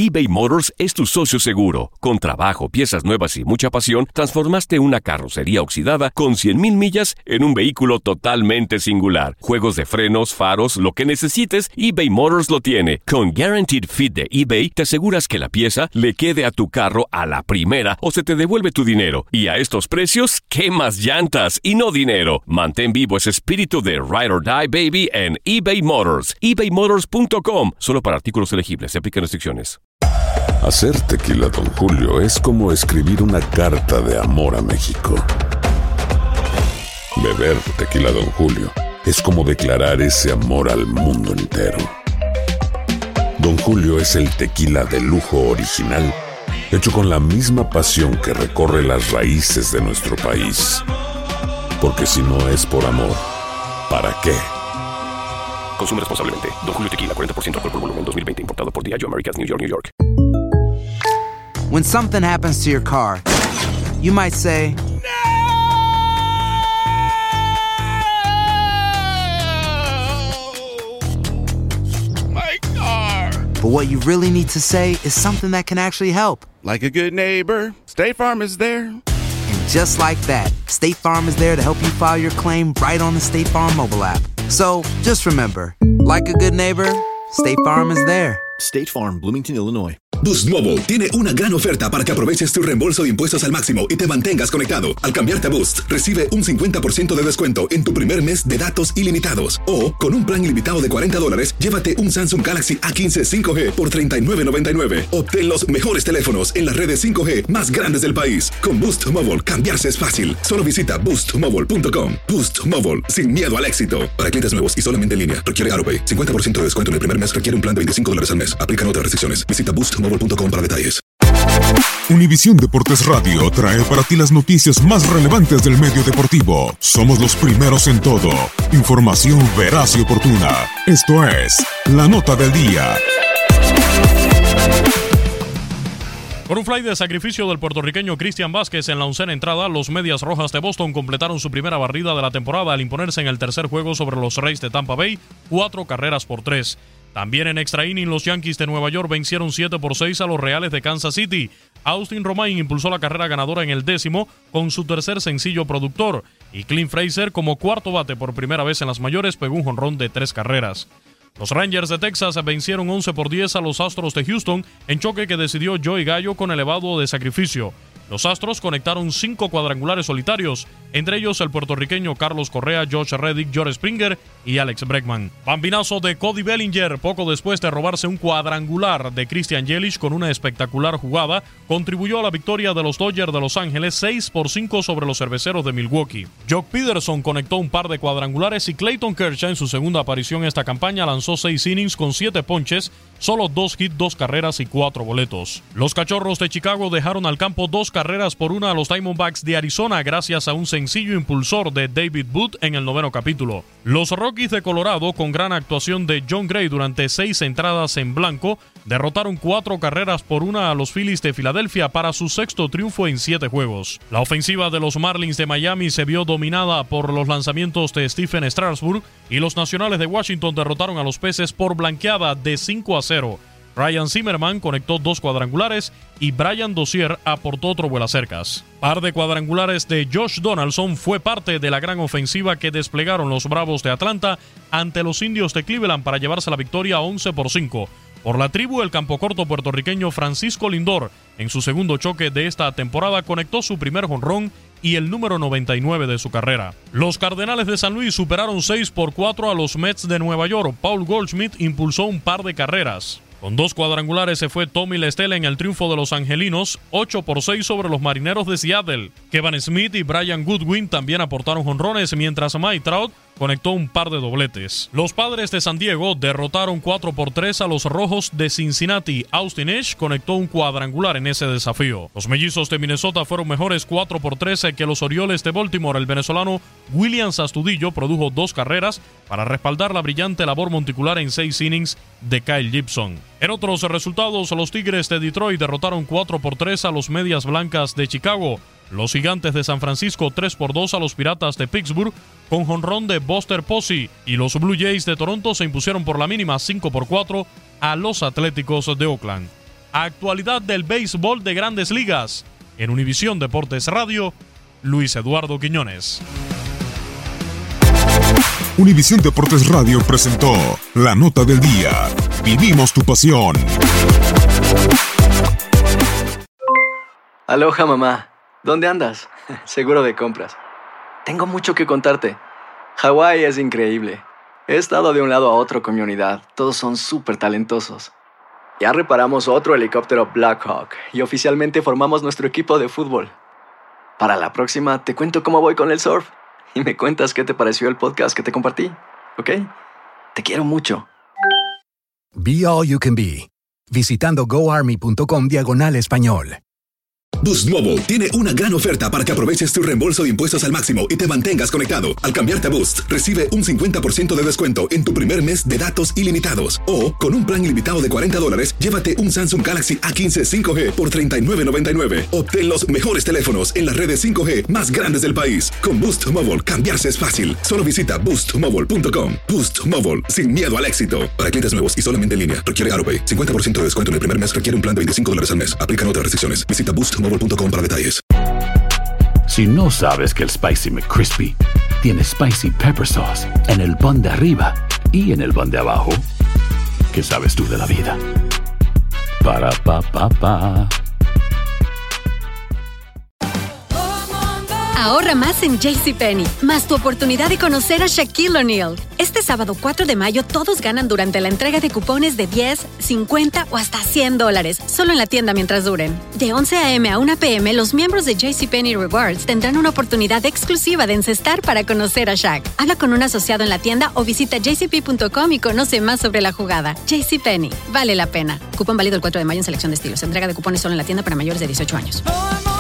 eBay Motors es tu socio seguro. Con trabajo, piezas nuevas y mucha pasión, transformaste una carrocería oxidada con 100,000 millas en un vehículo totalmente singular. Juegos de frenos, faros, lo que necesites, eBay Motors lo tiene. Con Guaranteed Fit de eBay, te aseguras que la pieza le quede a tu carro a la primera o se te devuelve tu dinero. Y a estos precios, ¿qué más llantas y no dinero? Mantén vivo ese espíritu de Ride or Die, baby, en eBay Motors. ebaymotors.com. Solo para artículos elegibles. Se aplican restricciones. Hacer tequila Don Julio es como escribir una carta de amor a México. Beber tequila Don Julio es como declarar ese amor al mundo entero. Don Julio es el tequila de lujo original, hecho con la misma pasión que recorre las raíces de nuestro país. Porque si no es por amor, ¿para qué? Consume responsablemente. Don Julio Tequila, 40% alcohol por volumen, 2020. Importado por Diageo Americas, New York, New York. When something happens to your car, you might say, My car! but what you really need to say is something that can actually help. Like a good neighbor, State Farm is there. And just like that, State Farm is there to help you file your claim right on the State Farm mobile app. So, just remember, like a good neighbor, State Farm is there. State Farm, Bloomington, Illinois. Boost Mobile tiene una gran oferta para que aproveches tu reembolso de impuestos al máximo y te mantengas conectado. Al cambiarte a Boost, recibe un 50% de descuento en tu primer mes de datos ilimitados. O, con un plan ilimitado de $40, llévate un Samsung Galaxy A15 5G por $39.99. Obtén los mejores teléfonos en las redes 5G más grandes del país. Con Boost Mobile, cambiarse es fácil. Solo visita boostmobile.com. Boost Mobile, sin miedo al éxito. Para clientes nuevos y solamente en línea, requiere AutoPay. 50% de descuento en el primer mes requiere un plan de $25 al mes. Aplican otras restricciones. Visita boostmobile.com para detalles. Univisión Deportes Radio trae para ti las noticias más relevantes del medio deportivo. Somos los primeros en todo. Información veraz y oportuna. Esto es La Nota del Día. Con un fly de sacrificio del puertorriqueño Cristian Vázquez en la 11ª entrada, los Medias Rojas de Boston completaron su primera barrida de la temporada al imponerse en el tercer juego sobre los Rays de Tampa Bay, 4-3. También en extra inning, los Yankees de Nueva York vencieron 7-6 a los Reales de Kansas City. Austin Romain impulsó la carrera ganadora en el 10º con su tercer sencillo productor. Y Clint Frazier, como cuarto bate por primera vez en las mayores, pegó un jonrón de 3 carreras. Los Rangers de Texas vencieron 11-10 a los Astros de Houston en choque que decidió Joey Gallo con elevado de sacrificio. Los Astros conectaron 5 cuadrangulares solitarios, entre ellos el puertorriqueño Carlos Correa, Josh Reddick, George Springer y Alex Bregman. Bambinazo de Cody Bellinger, poco después de robarse un cuadrangular de Christian Yelich con una espectacular jugada, contribuyó a la victoria de los Dodgers de Los Ángeles 6-5 sobre los Cerveceros de Milwaukee. Jock Peterson conectó un par de cuadrangulares y Clayton Kershaw en su segunda aparición esta campaña lanzó 6 innings con 7 ponches, solo 2 hits, 2 carreras y 4 boletos. Los Cachorros de Chicago dejaron al campo 2 carreras por 1 a los Diamondbacks de Arizona gracias a un sencillo impulsor de David Booth en el 9º capítulo. Los Rockies de Colorado, con gran actuación de John Gray durante 6 entradas en blanco, derrotaron 4 carreras por 1 a los Phillies de Filadelfia para su 6º triunfo en 7 juegos. La ofensiva de los Marlins de Miami se vio dominada por los lanzamientos de Stephen Strasburg y los Nacionales de Washington derrotaron a los Peces por blanqueada de 5-0. Ryan Zimmerman conectó 2 cuadrangulares y Brian Dozier aportó otro vuelacercas. Par de cuadrangulares de Josh Donaldson fue parte de la gran ofensiva que desplegaron los Bravos de Atlanta ante los Indios de Cleveland para llevarse la victoria 11-5. Por la tribu, el campocorto puertorriqueño Francisco Lindor, en su segundo choque de esta temporada, conectó su primer jonrón y el número 99 de su carrera. Los Cardenales de San Luis superaron 6-4 a los Mets de Nueva York. Paul Goldschmidt impulsó un par de carreras. Con 2 cuadrangulares se fue Tommy La Stella en el triunfo de los angelinos, 8-6 sobre los Marineros de Seattle. Kevin Smith y Brian Goodwin también aportaron jonrones, mientras Mike Trout conectó un par de dobletes. Los Padres de San Diego derrotaron 4-3 a los Rojos de Cincinnati. Austin Edge conectó un cuadrangular en ese desafío. Los Mellizos de Minnesota fueron mejores 4-3 que los Orioles de Baltimore. El venezolano Williams Astudillo produjo 2 carreras para respaldar la brillante labor monticular en 6 innings de Kyle Gibson. En otros resultados, los Tigres de Detroit derrotaron 4-3 a los Medias Blancas de Chicago. Los Gigantes de San Francisco 3-2 a los Piratas de Pittsburgh con jonrón de Buster Posey, y los Blue Jays de Toronto se impusieron por la mínima 5-4 a los Atléticos de Oakland. Actualidad del béisbol de Grandes Ligas. En Univisión Deportes Radio, Luis Eduardo Quiñones. Univisión Deportes Radio presentó la nota del día. Vivimos tu pasión. Aloha, mamá. ¿Dónde andas? Seguro de compras. Tengo mucho que contarte. Hawái es increíble. He estado de un lado a otro con mi unidad. Todos son súper talentosos. Ya reparamos otro helicóptero Blackhawk y oficialmente formamos nuestro equipo de fútbol. Para la próxima te cuento cómo voy con el surf y me cuentas qué te pareció el podcast que te compartí, ¿ok? Te quiero mucho. Be All You Can Be. Visitando goarmy.com/español. Boost Mobile tiene una gran oferta para que aproveches tu reembolso de impuestos al máximo y te mantengas conectado. Al cambiarte a Boost, recibe un 50% de descuento en tu primer mes de datos ilimitados. O, con un plan ilimitado de $40, llévate un Samsung Galaxy A15 5G por $39.99. Obtén los mejores teléfonos en las redes 5G más grandes del país. Con Boost Mobile, cambiarse es fácil. Solo visita boostmobile.com. Boost Mobile, sin miedo al éxito. Para clientes nuevos y solamente en línea, requiere AutoPay. 50% de descuento en el primer mes requiere un plan de $25 al mes. Aplican otras restricciones. Visita boostmobile.com para detalles. Si no sabes que el Spicy McCrispy tiene Spicy Pepper Sauce en el pan de arriba y en el pan de abajo, ¿qué sabes tú de la vida? Para, pa, pa, pa. Ahorra más en JCPenney, más tu oportunidad de conocer a Shaquille O'Neal. Este sábado 4 de mayo todos ganan durante la entrega de cupones de $10, $50 o hasta $100, solo en la tienda mientras duren. De 11 a.m. a 1 p.m., los miembros de JCPenney Rewards tendrán una oportunidad exclusiva de encestar para conocer a Shaq. Habla con un asociado en la tienda o visita jcp.com y conoce más sobre la jugada. JCPenney, vale la pena. Cupón válido el 4 de mayo en selección de estilos. Entrega de cupones solo en la tienda para mayores de 18 años.